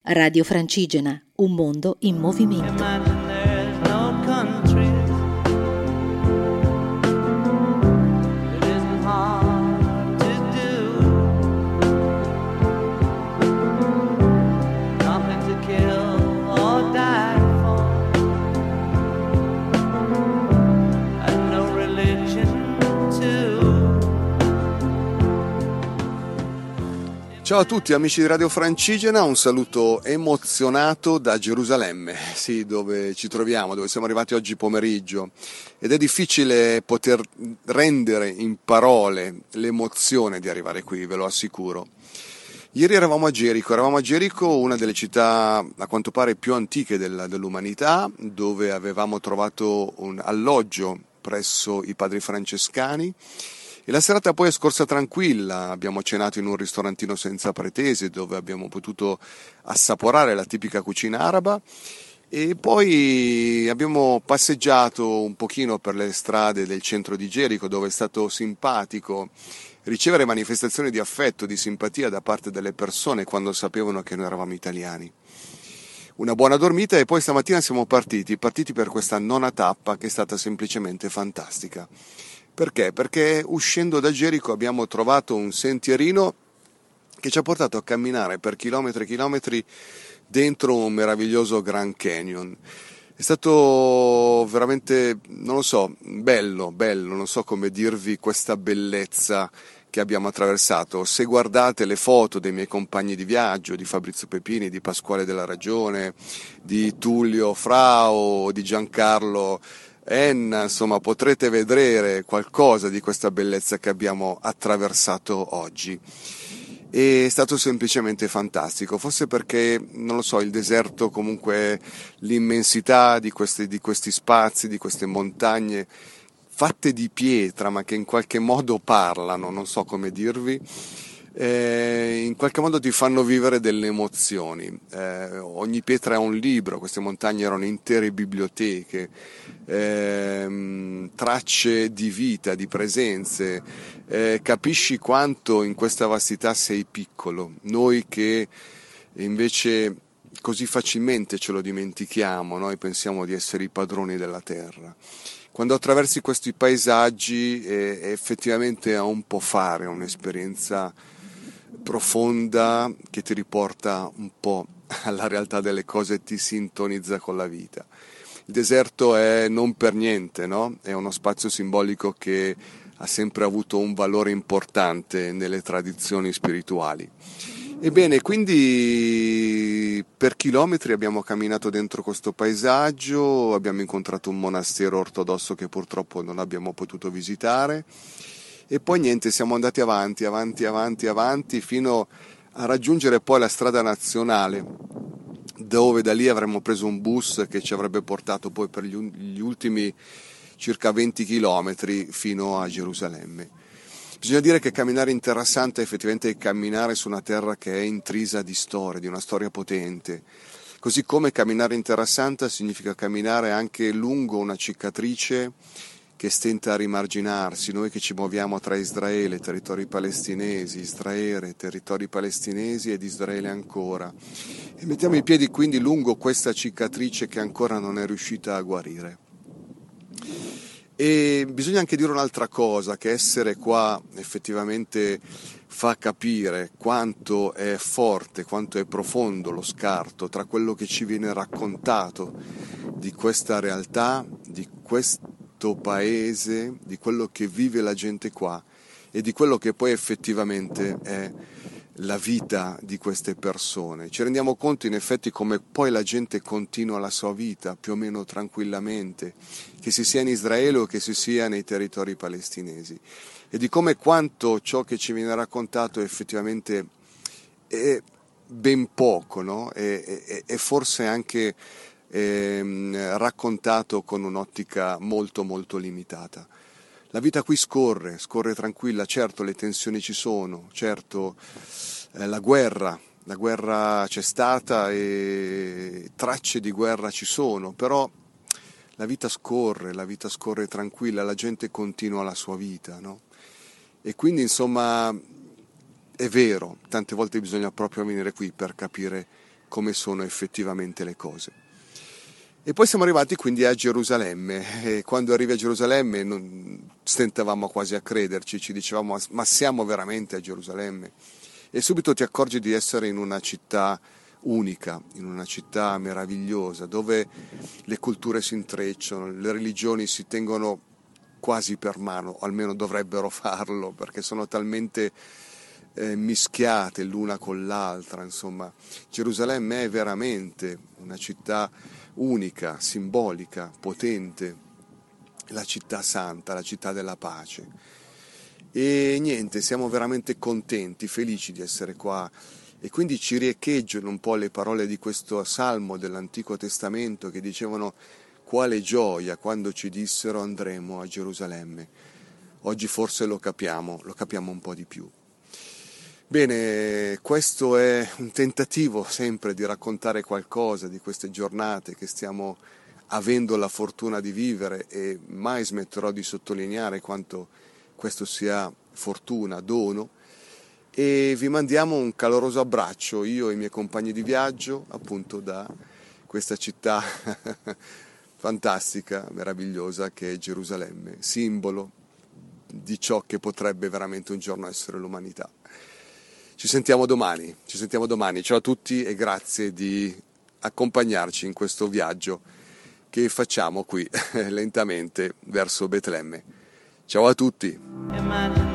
Radio Francigena, un mondo in movimento. Ciao a tutti amici di Radio Francigena, un saluto emozionato da Gerusalemme, sì, dove ci troviamo, dove siamo arrivati oggi pomeriggio, ed è difficile poter rendere in parole l'emozione di arrivare qui, ve lo assicuro. Ieri eravamo a Gerico, una delle città a quanto pare più antiche dell'umanità, dove avevamo trovato un alloggio presso i padri francescani. E la serata poi è scorsa tranquilla, abbiamo cenato in un ristorantino senza pretese dove abbiamo potuto assaporare la tipica cucina araba e poi abbiamo passeggiato un pochino per le strade del centro di Gerico, dove è stato simpatico ricevere manifestazioni di affetto, di simpatia da parte delle persone quando sapevano che noi eravamo italiani. Una buona dormita e poi stamattina siamo partiti per questa nona tappa che è stata semplicemente fantastica. Perché? Perché uscendo da Gerico abbiamo trovato un sentierino che ci ha portato a camminare per chilometri e chilometri dentro un meraviglioso Grand Canyon. È stato veramente, non lo so, bello, non so come dirvi questa bellezza che abbiamo attraversato. Se guardate le foto dei miei compagni di viaggio, di Fabrizio Pepini, di Pasquale Della Ragione, di Tullio Frao, di Giancarlo Enna, insomma potrete vedere qualcosa di questa bellezza che abbiamo attraversato oggi. È stato semplicemente fantastico, forse perché, non lo so, il deserto, comunque l'immensità di questi spazi, di queste montagne fatte di pietra ma che in qualche modo parlano, non so come dirvi, in qualche modo ti fanno vivere delle emozioni. Ogni pietra è un libro, queste montagne erano intere biblioteche, tracce di vita, di presenze, capisci quanto in questa vastità sei piccolo, noi che invece così facilmente ce lo dimentichiamo, noi pensiamo di essere i padroni della terra. Quando attraversi questi paesaggi effettivamente ha un po' fare un'esperienza profonda che ti riporta un po' alla realtà delle cose e ti sintonizza con la vita. Il deserto è non per niente, no? È uno spazio simbolico che ha sempre avuto un valore importante nelle tradizioni spirituali. Ebbene, quindi per chilometri abbiamo camminato dentro questo paesaggio, abbiamo incontrato un monastero ortodosso che purtroppo non abbiamo potuto visitare e poi niente, siamo andati avanti fino a raggiungere poi la strada nazionale, dove da lì avremmo preso un bus che ci avrebbe portato poi per gli ultimi circa 20 chilometri fino a Gerusalemme. Bisogna dire che camminare in Terra Santa è effettivamente camminare su una terra che è intrisa di storia, di una storia potente. Così come camminare in Terra Santa significa camminare anche lungo una cicatrice che stenta a rimarginarsi. Noi che ci muoviamo tra Israele, territori palestinesi, Israele, territori palestinesi ed Israele ancora. E mettiamo i piedi quindi lungo questa cicatrice che ancora non è riuscita a guarire. E bisogna anche dire un'altra cosa, che essere qua effettivamente fa capire quanto è forte, quanto è profondo lo scarto tra quello che ci viene raccontato di questa realtà, di questo paese, di quello che vive la gente qua e di quello che poi effettivamente è la vita di queste persone. Ci rendiamo conto in effetti come poi la gente continua la sua vita più o meno tranquillamente, che si sia in Israele o che si sia nei territori palestinesi, e di come quanto ciò che ci viene raccontato effettivamente è ben poco, no? E forse anche raccontato con un'ottica molto molto limitata. La vita qui scorre tranquilla, certo le tensioni ci sono, certo la guerra c'è stata e tracce di guerra ci sono, però la vita scorre tranquilla, la gente continua la sua vita, no? E quindi insomma è vero, tante volte bisogna proprio venire qui per capire come sono effettivamente le cose. E poi siamo arrivati quindi a Gerusalemme, e quando arrivi a Gerusalemme stentavamo quasi a crederci, ci dicevamo ma siamo veramente a Gerusalemme? E subito ti accorgi di essere in una città unica, in una città meravigliosa, dove le culture si intrecciano, le religioni si tengono quasi per mano, o almeno dovrebbero farlo, perché sono talmente mischiate l'una con l'altra. Insomma, Gerusalemme è veramente una città unica, simbolica, potente, la città santa, la città della pace. E niente, siamo veramente contenti, felici di essere qua, e quindi ci riecheggiano un po' le parole di questo salmo dell'Antico Testamento che dicevano: quale gioia quando ci dissero andremo a Gerusalemme. Oggi forse lo capiamo un po' di più. Bene, questo è un tentativo sempre di raccontare qualcosa di queste giornate che stiamo avendo la fortuna di vivere, e mai smetterò di sottolineare quanto questo sia fortuna, dono, e vi mandiamo un caloroso abbraccio, io e i miei compagni di viaggio, appunto da questa città fantastica, meravigliosa che è Gerusalemme, simbolo di ciò che potrebbe veramente un giorno essere l'umanità. Ci sentiamo domani. Ciao a tutti e grazie di accompagnarci in questo viaggio che facciamo qui lentamente verso Betlemme. Ciao a tutti.